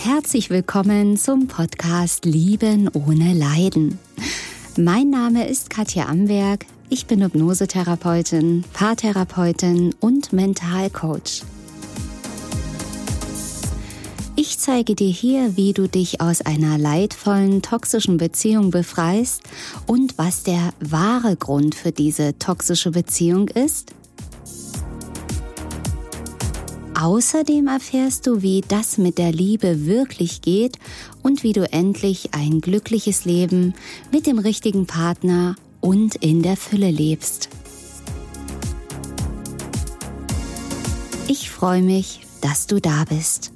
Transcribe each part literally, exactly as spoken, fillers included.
Herzlich willkommen zum Podcast Lieben ohne Leiden. Mein Name ist Katja Amberg, ich bin Hypnosetherapeutin, Paartherapeutin und Mentalcoach. Ich zeige dir hier, wie du dich aus einer leidvollen, toxischen Beziehung befreist und was der wahre Grund für diese toxische Beziehung ist. Außerdem erfährst du, wie das mit der Liebe wirklich geht und wie du endlich ein glückliches Leben mit dem richtigen Partner und in der Fülle lebst. Ich freue mich, dass du da bist.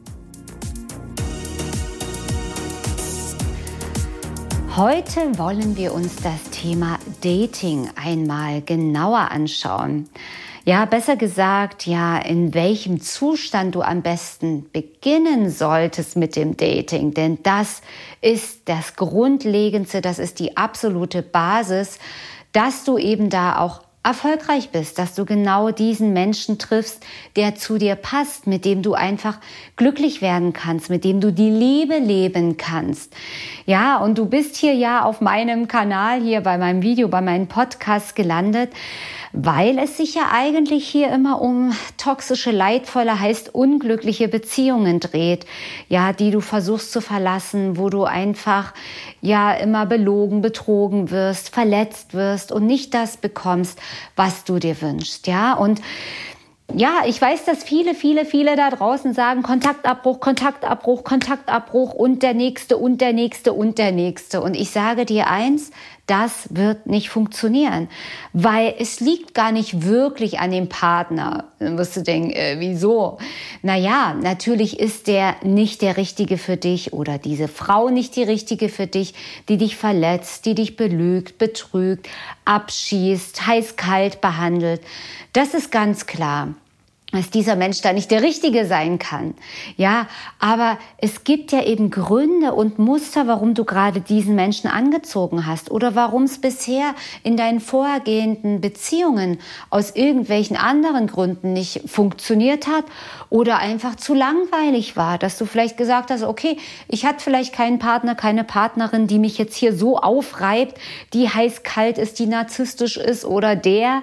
Heute wollen wir uns das Thema Dating einmal genauer anschauen. Ja, besser gesagt, ja, in welchem Zustand du am besten beginnen solltest mit dem Dating. Denn das ist das Grundlegendste, das ist die absolute Basis, dass du eben da auch erfolgreich bist, dass du genau diesen Menschen triffst, der zu dir passt, mit dem du einfach glücklich werden kannst, mit dem du die Liebe leben kannst. Ja, und du bist hier ja auf meinem Kanal, hier bei meinem Video, bei meinem Podcast gelandet, weil es sich ja eigentlich hier immer um toxische, leidvolle, heißt unglückliche Beziehungen dreht, ja, die du versuchst zu verlassen, wo du einfach ja immer belogen, betrogen wirst, verletzt wirst und nicht das bekommst, was du dir wünschst, ja, und ja, ich weiß, dass viele, viele, viele da draußen sagen, Kontaktabbruch, Kontaktabbruch, Kontaktabbruch und der Nächste und der Nächste und der Nächste. Und ich sage dir eins, das wird nicht funktionieren, weil es liegt gar nicht wirklich an dem Partner. Dann wirst du denken, äh, wieso? Naja, natürlich ist der nicht der Richtige für dich oder diese Frau nicht die Richtige für dich, die dich verletzt, die dich belügt, betrügt, abschießt, heiß-kalt behandelt. Das ist ganz klar, dass dieser Mensch da nicht der Richtige sein kann. Ja, aber es gibt ja eben Gründe und Muster, warum du gerade diesen Menschen angezogen hast oder warum es bisher in deinen vorhergehenden Beziehungen aus irgendwelchen anderen Gründen nicht funktioniert hat oder einfach zu langweilig war, dass du vielleicht gesagt hast, okay, ich hatte vielleicht keinen Partner, keine Partnerin, die mich jetzt hier so aufreibt, die heiß-kalt ist, die narzisstisch ist oder der,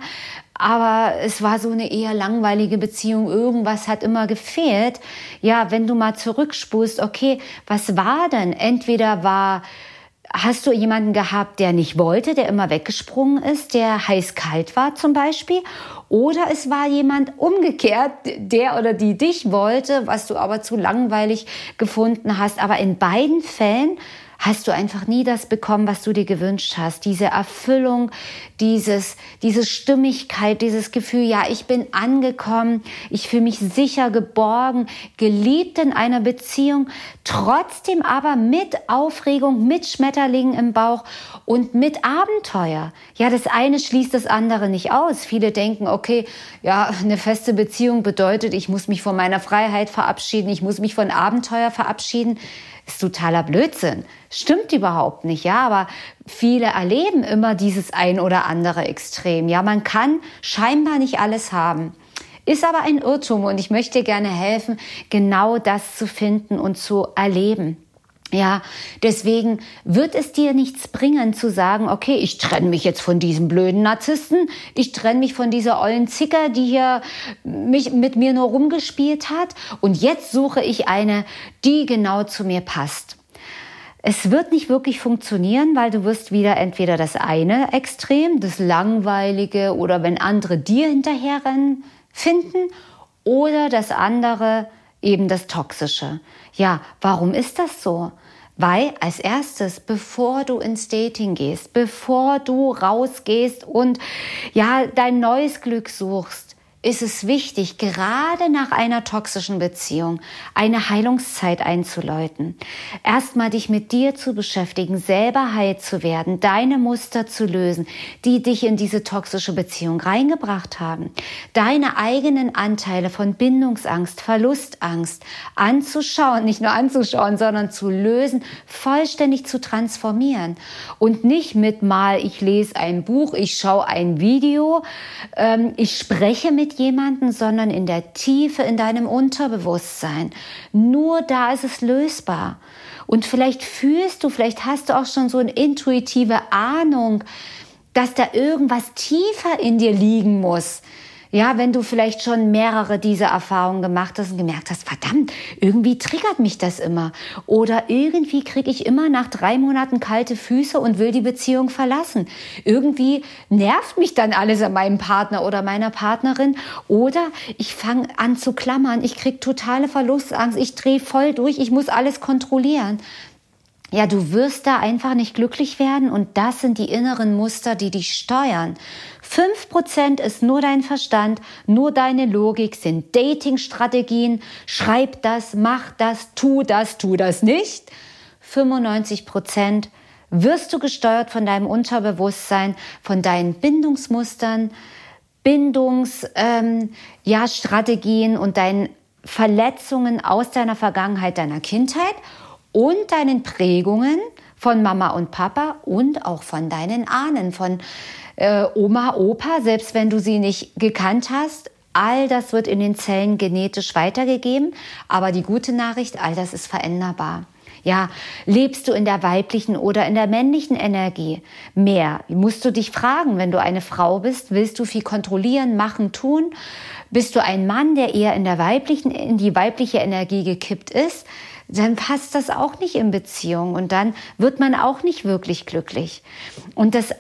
aber es war so eine eher langweilige Beziehung, irgendwas hat immer gefehlt. Ja, wenn du mal zurückspulst, okay, was war denn? Entweder war, hast du jemanden gehabt, der nicht wollte, der immer weggesprungen ist, der heiß-kalt war zum Beispiel, oder es war jemand umgekehrt, der oder die dich wollte, was du aber zu langweilig gefunden hast. Aber in beiden Fällen hast du einfach nie das bekommen, was du dir gewünscht hast. Diese Erfüllung, dieses, diese Stimmigkeit, dieses Gefühl, ja, ich bin angekommen, ich fühle mich sicher, geborgen, geliebt in einer Beziehung, trotzdem aber mit Aufregung, mit Schmetterlingen im Bauch und mit Abenteuer. Ja, das eine schließt das andere nicht aus. Viele denken, okay, ja, eine feste Beziehung bedeutet, ich muss mich von meiner Freiheit verabschieden, ich muss mich von Abenteuer verabschieden. Ist totaler Blödsinn. Stimmt überhaupt nicht, ja, aber viele erleben immer dieses ein oder andere Extrem. Ja, man kann scheinbar nicht alles haben. Ist aber ein Irrtum und ich möchte dir gerne helfen, genau das zu finden und zu erleben. Ja, deswegen wird es dir nichts bringen zu sagen, okay, ich trenne mich jetzt von diesem blöden Narzissten, ich trenne mich von dieser ollen Zicker, die hier mich, mit mir nur rumgespielt hat und jetzt suche ich eine, die genau zu mir passt. Es wird nicht wirklich funktionieren, weil du wirst wieder entweder das eine Extrem, das Langweilige oder wenn andere dir hinterherrennen, finden oder das andere eben das Toxische. Ja, warum ist das so? Weil als erstes, bevor du ins Dating gehst, bevor du rausgehst und ja dein neues Glück suchst, ist es wichtig, gerade nach einer toxischen Beziehung eine Heilungszeit einzuläuten. Erstmal dich mit dir zu beschäftigen, selber heil zu werden, deine Muster zu lösen, die dich in diese toxische Beziehung reingebracht haben. Deine eigenen Anteile von Bindungsangst, Verlustangst anzuschauen, nicht nur anzuschauen, sondern zu lösen, vollständig zu transformieren. Und nicht mit mal, ich lese ein Buch, ich schaue ein Video, ähm, ich spreche mit mit jemandem, sondern in der Tiefe in deinem Unterbewusstsein. Nur da ist es lösbar. Und vielleicht fühlst du, vielleicht hast du auch schon so eine intuitive Ahnung, dass da irgendwas tiefer in dir liegen muss. Ja, wenn du vielleicht schon mehrere dieser Erfahrungen gemacht hast und gemerkt hast, verdammt, irgendwie triggert mich das immer. Oder irgendwie kriege ich immer nach drei Monaten kalte Füße und will die Beziehung verlassen. Irgendwie nervt mich dann alles an meinem Partner oder meiner Partnerin. Oder ich fange an zu klammern, ich kriege totale Verlustangst, ich drehe voll durch, ich muss alles kontrollieren. Ja, du wirst da einfach nicht glücklich werden und das sind die inneren Muster, die dich steuern. fünf Prozent ist nur dein Verstand, nur deine Logik, sind Dating-Strategien. Schreib das, mach das, tu das, tu das nicht. fünfundneunzig Prozent wirst du gesteuert von deinem Unterbewusstsein, von deinen Bindungsmustern, Bindungs, ähm, ja, Strategien und deinen Verletzungen aus deiner Vergangenheit, deiner Kindheit und deinen Prägungen von Mama und Papa und auch von deinen Ahnen, von äh, Oma, Opa, selbst wenn du sie nicht gekannt hast. All das wird in den Zellen genetisch weitergegeben, aber die gute Nachricht, all das ist veränderbar. Ja, lebst du in der weiblichen oder in der männlichen Energie mehr? Musst du dich fragen, wenn du eine Frau bist, willst du viel kontrollieren, machen, tun? Bist du ein Mann, der eher in der weiblichen, in die weibliche Energie gekippt ist? Dann passt das auch nicht in Beziehung und dann wird man auch nicht wirklich glücklich. Und das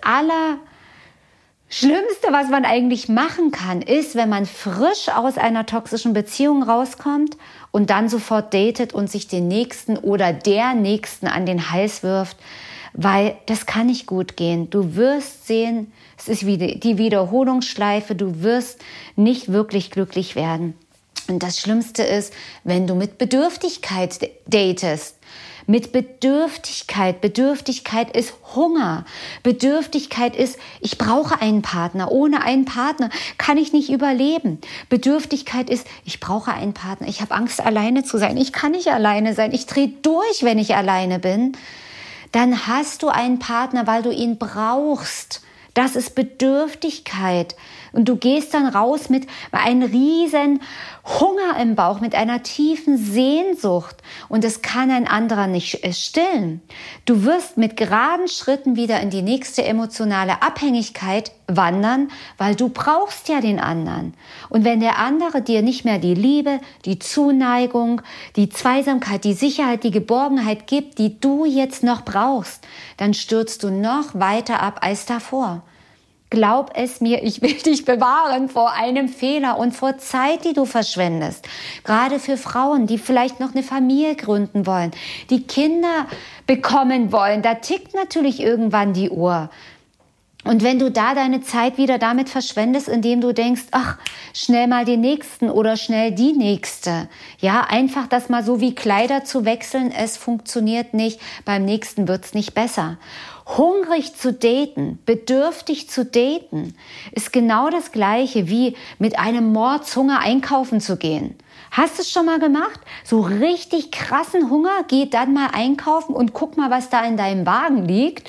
Allerschlimmste, was man eigentlich machen kann, ist, wenn man frisch aus einer toxischen Beziehung rauskommt und dann sofort datet und sich den Nächsten oder der Nächsten an den Hals wirft, weil das kann nicht gut gehen. Du wirst sehen, es ist wie die Wiederholungsschleife, du wirst nicht wirklich glücklich werden. Und das Schlimmste ist, wenn du mit Bedürftigkeit datest. Mit Bedürftigkeit. Bedürftigkeit ist Hunger. Bedürftigkeit ist, ich brauche einen Partner. Ohne einen Partner kann ich nicht überleben. Bedürftigkeit ist, ich brauche einen Partner. Ich habe Angst, alleine zu sein. Ich kann nicht alleine sein. Ich drehe durch, wenn ich alleine bin. Dann hast du einen Partner, weil du ihn brauchst. Das ist Bedürftigkeit. Und du gehst dann raus mit einem riesen Hunger im Bauch, mit einer tiefen Sehnsucht. Und das kann ein anderer nicht stillen. Du wirst mit geraden Schritten wieder in die nächste emotionale Abhängigkeit wandern, weil du brauchst ja den anderen. Und wenn der andere dir nicht mehr die Liebe, die Zuneigung, die Zweisamkeit, die Sicherheit, die Geborgenheit gibt, die du jetzt noch brauchst, dann stürzt du noch weiter ab als davor. Glaub es mir, ich will dich bewahren vor einem Fehler und vor Zeit, die du verschwendest. Gerade für Frauen, die vielleicht noch eine Familie gründen wollen, die Kinder bekommen wollen, da tickt natürlich irgendwann die Uhr. Und wenn du da deine Zeit wieder damit verschwendest, indem du denkst, ach, schnell mal den Nächsten oder schnell die Nächste. Ja, einfach das mal so wie Kleider zu wechseln, es funktioniert nicht, beim Nächsten wird's nicht besser. Hungrig zu daten, bedürftig zu daten, ist genau das Gleiche wie mit einem Mordshunger einkaufen zu gehen. Hast du es schon mal gemacht? So richtig krassen Hunger, geh dann mal einkaufen und guck mal, was da in deinem Wagen liegt.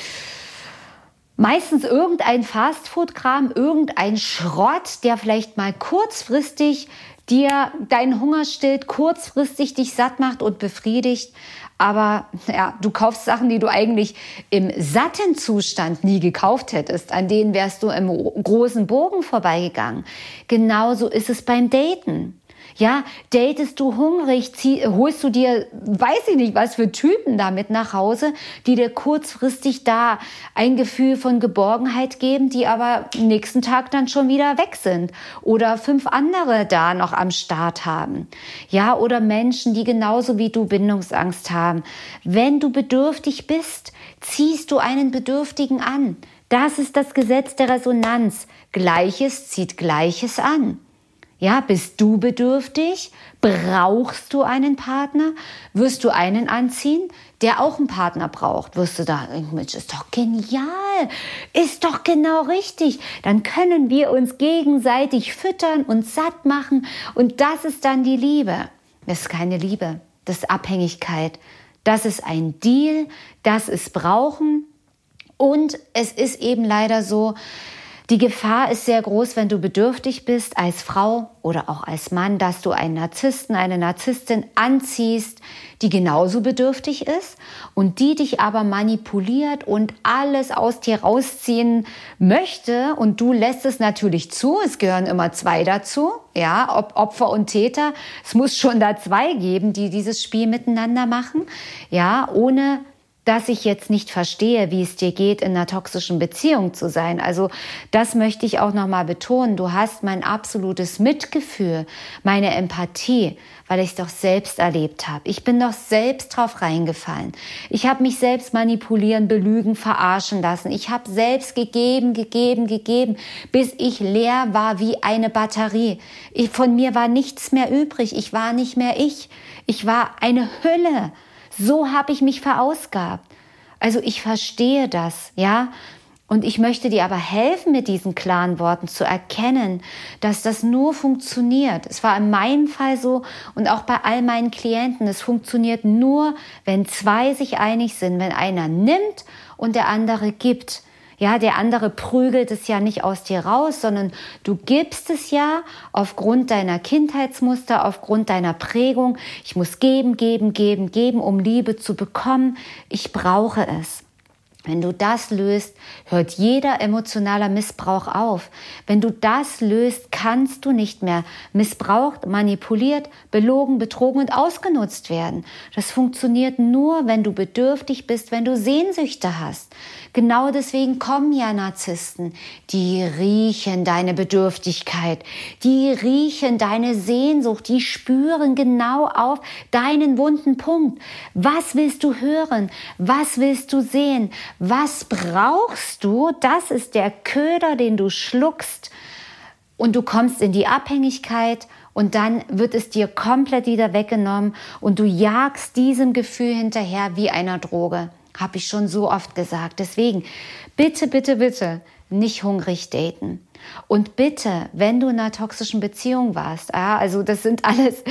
Meistens irgendein Fastfood-Kram, irgendein Schrott, der vielleicht mal kurzfristig dir deinen Hunger stillt, kurzfristig dich satt macht und befriedigt. Aber ja, du kaufst Sachen, die du eigentlich im satten Zustand nie gekauft hättest. An denen wärst du im großen Bogen vorbeigegangen. Genauso ist es beim Daten. Ja, datest du hungrig, zieh, holst du dir, weiß ich nicht, was für Typen da mit nach Hause, die dir kurzfristig da ein Gefühl von Geborgenheit geben, die aber nächsten Tag dann schon wieder weg sind. Oder fünf andere da noch am Start haben. Ja, oder Menschen, die genauso wie du Bindungsangst haben. Wenn du bedürftig bist, ziehst du einen Bedürftigen an. Das ist das Gesetz der Resonanz. Gleiches zieht Gleiches an. Ja, bist du bedürftig? Brauchst du einen Partner? Wirst du einen anziehen, der auch einen Partner braucht? Wirst du da, Mensch, ist doch genial, ist doch genau richtig. Dann können wir uns gegenseitig füttern und satt machen und das ist dann die Liebe. Das ist keine Liebe, das ist Abhängigkeit. Das ist ein Deal, das ist Brauchen und es ist eben leider so, Die Gefahr ist sehr groß, wenn du bedürftig bist als Frau oder auch als Mann, dass du einen Narzissten, eine Narzisstin anziehst, die genauso bedürftig ist und die dich aber manipuliert und alles aus dir rausziehen möchte und du lässt es natürlich zu. Es gehören immer zwei dazu, ja, ob Opfer und Täter. Es muss schon da zwei geben, die dieses Spiel miteinander machen, ja, ohne dass ich jetzt nicht verstehe, wie es dir geht, in einer toxischen Beziehung zu sein. Also das möchte ich auch nochmal betonen. Du hast mein absolutes Mitgefühl, meine Empathie, weil ich es doch selbst erlebt habe. Ich bin doch selbst drauf reingefallen. Ich habe mich selbst manipulieren, belügen, verarschen lassen. Ich habe selbst gegeben, gegeben, gegeben, bis ich leer war wie eine Batterie. Ich, von mir war nichts mehr übrig. Ich war nicht mehr ich. Ich war eine Hülle. So habe ich mich verausgabt. Also ich verstehe das, ja. Und ich möchte dir aber helfen, mit diesen klaren Worten zu erkennen, dass das nur funktioniert. Es war in meinem Fall so und auch bei all meinen Klienten. Es funktioniert nur, wenn zwei sich einig sind, wenn einer nimmt und der andere gibt. Ja, der andere prügelt es ja nicht aus dir raus, sondern du gibst es ja aufgrund deiner Kindheitsmuster, aufgrund deiner Prägung. Ich muss geben, geben, geben, geben, um Liebe zu bekommen. Ich brauche es. Wenn du das löst, hört jeder emotionaler Missbrauch auf. Wenn du das löst, kannst du nicht mehr missbraucht, manipuliert, belogen, betrogen und ausgenutzt werden. Das funktioniert nur, wenn du bedürftig bist, wenn du Sehnsüchte hast. Genau deswegen kommen ja Narzissten. Die riechen deine Bedürftigkeit, die riechen deine Sehnsucht, die spüren genau auf deinen wunden Punkt. Was willst du hören? Was willst du sehen? Was brauchst du? Das ist der Köder, den du schluckst und du kommst in die Abhängigkeit und dann wird es dir komplett wieder weggenommen und du jagst diesem Gefühl hinterher wie einer Droge. Habe ich schon so oft gesagt. Deswegen, bitte, bitte, bitte nicht hungrig daten. Und bitte, wenn du in einer toxischen Beziehung warst, ja, also das sind alles...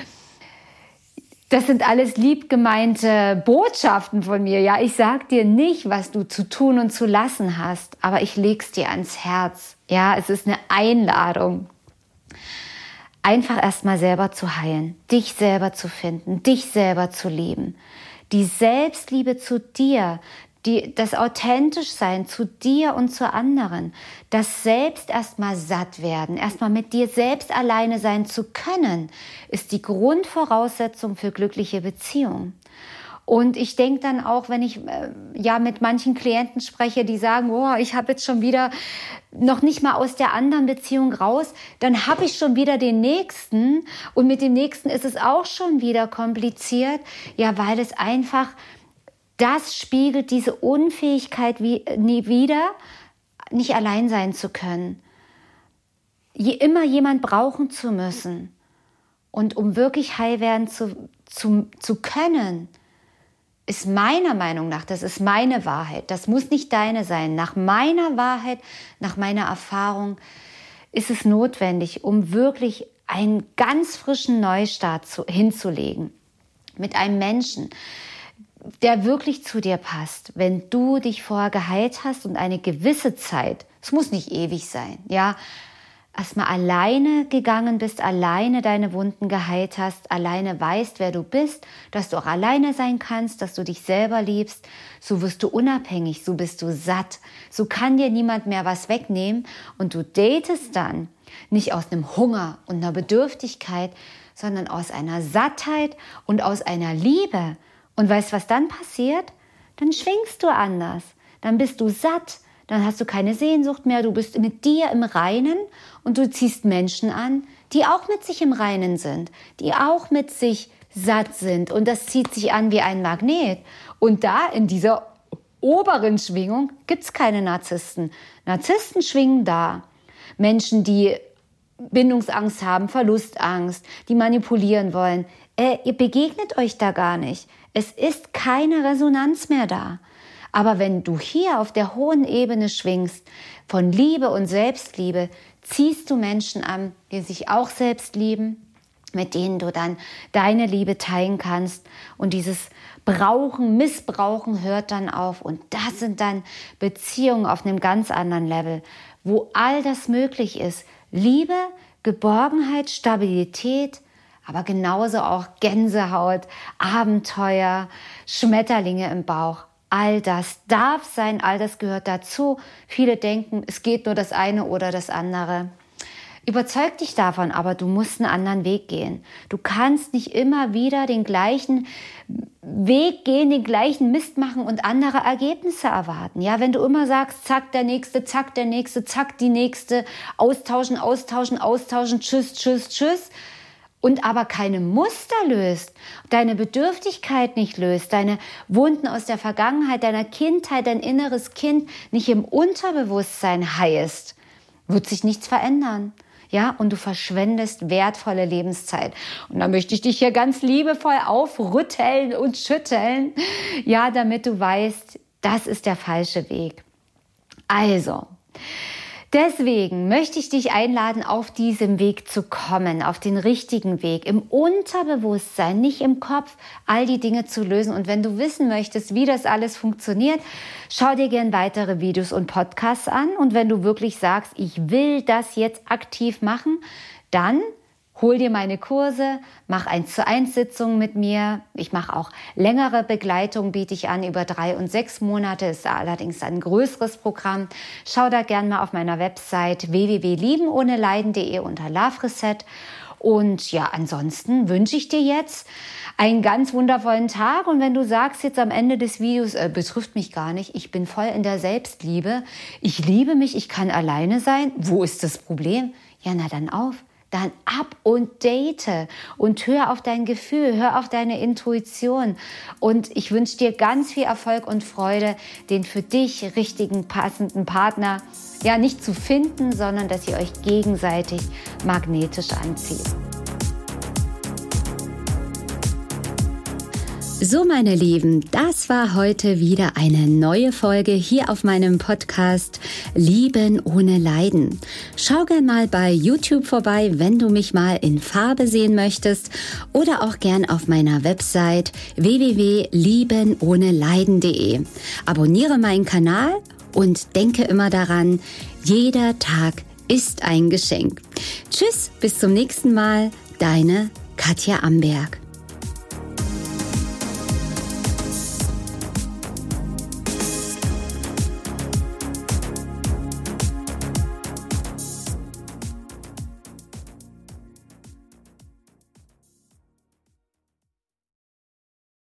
Das sind alles lieb gemeinte Botschaften von mir. Ja, ich sag dir nicht, was du zu tun und zu lassen hast, aber ich leg's dir ans Herz. Ja, es ist eine Einladung. Einfach erstmal selber zu heilen, dich selber zu finden, dich selber zu lieben. Die Selbstliebe zu dir, die, das Authentischsein zu dir und zu anderen, das selbst erstmal satt werden, erstmal mit dir selbst alleine sein zu können, ist die Grundvoraussetzung für glückliche Beziehungen. Und ich denke dann auch, wenn ich äh, ja mit manchen Klienten spreche, die sagen, oh, ich habe jetzt schon wieder noch nicht mal aus der anderen Beziehung raus, dann habe ich schon wieder den nächsten und mit dem nächsten ist es auch schon wieder kompliziert, ja, weil es einfach das spiegelt diese Unfähigkeit wie, nie wieder, nicht allein sein zu können. Je immer jemand brauchen zu müssen. Und um wirklich heil werden zu, zu, zu können, ist meiner Meinung nach, das ist meine Wahrheit, das muss nicht deine sein. Nach meiner Wahrheit, nach meiner Erfahrung ist es notwendig, um wirklich einen ganz frischen Neustart zu, hinzulegen mit einem Menschen, der wirklich zu dir passt, wenn du dich vorher geheilt hast und eine gewisse Zeit, es muss nicht ewig sein, ja, erstmal alleine gegangen bist, alleine deine Wunden geheilt hast, alleine weißt, wer du bist, dass du auch alleine sein kannst, dass du dich selber liebst, so wirst du unabhängig, so bist du satt, so kann dir niemand mehr was wegnehmen und du datest dann nicht aus einem Hunger und einer Bedürftigkeit, sondern aus einer Sattheit und aus einer Liebe. Und weißt du, was dann passiert? Dann schwingst du anders, dann bist du satt, dann hast du keine Sehnsucht mehr, du bist mit dir im Reinen und du ziehst Menschen an, die auch mit sich im Reinen sind, die auch mit sich satt sind und das zieht sich an wie ein Magnet. Und da in dieser oberen Schwingung gibt es keine Narzissten. Narzissten schwingen da. Menschen, die Bindungsangst haben, Verlustangst, die manipulieren wollen. Äh, ihr begegnet euch da gar nicht. Es ist keine Resonanz mehr da. Aber wenn du hier auf der hohen Ebene schwingst, von Liebe und Selbstliebe, ziehst du Menschen an, die sich auch selbst lieben, mit denen du dann deine Liebe teilen kannst. Und dieses Brauchen, Missbrauchen hört dann auf. Und das sind dann Beziehungen auf einem ganz anderen Level, wo all das möglich ist. Liebe, Geborgenheit, Stabilität, aber genauso auch Gänsehaut, Abenteuer, Schmetterlinge im Bauch. All das darf sein, all das gehört dazu. Viele denken, es geht nur das eine oder das andere. Überzeug dich davon, aber du musst einen anderen Weg gehen. Du kannst nicht immer wieder den gleichen Weg gehen, den gleichen Mist machen und andere Ergebnisse erwarten. Ja, wenn du immer sagst, zack, der Nächste, zack, der Nächste, zack, die Nächste, austauschen, austauschen, austauschen, tschüss, tschüss, tschüss, und aber keine Muster löst, deine Bedürftigkeit nicht löst, deine Wunden aus der Vergangenheit, deiner Kindheit, dein inneres Kind nicht im Unterbewusstsein heilst, wird sich nichts verändern. Ja, und du verschwendest wertvolle Lebenszeit. Und da möchte ich dich hier ganz liebevoll aufrütteln und schütteln, ja, damit du weißt, das ist der falsche Weg. Also, deswegen möchte ich dich einladen, auf diesem Weg zu kommen, auf den richtigen Weg, im Unterbewusstsein, nicht im Kopf, all die Dinge zu lösen. Und wenn du wissen möchtest, wie das alles funktioniert, schau dir gern weitere Videos und Podcasts an. Und wenn du wirklich sagst, ich will das jetzt aktiv machen, dann hol dir meine Kurse, mach eins zu eins Sitzungen mit mir. Ich mache auch längere Begleitung, biete ich an, über drei und sechs Monate. Ist allerdings ein größeres Programm. Schau da gerne mal auf meiner Website w w w punkt lieben ohne leiden punkt de unter Love Reset. Und ja, ansonsten wünsche ich dir jetzt einen ganz wundervollen Tag. Und wenn du sagst jetzt am Ende des Videos, äh, betrifft mich gar nicht, ich bin voll in der Selbstliebe, ich liebe mich, ich kann alleine sein, wo ist das Problem? Ja, na dann auf. Dann ab und date und hör auf dein Gefühl, hör auf deine Intuition. Und ich wünsche dir ganz viel Erfolg und Freude, den für dich richtigen, passenden Partner ja nicht zu finden, sondern dass ihr euch gegenseitig magnetisch anzieht. So, meine Lieben, das war heute wieder eine neue Folge hier auf meinem Podcast Lieben ohne Leiden. Schau gern mal bei YouTube vorbei, wenn du mich mal in Farbe sehen möchtest, oder auch gern auf meiner Website w w w punkt lieben ohne leiden punkt de. Abonniere meinen Kanal und denke immer daran, jeder Tag ist ein Geschenk. Tschüss, bis zum nächsten Mal, deine Katja Amberg.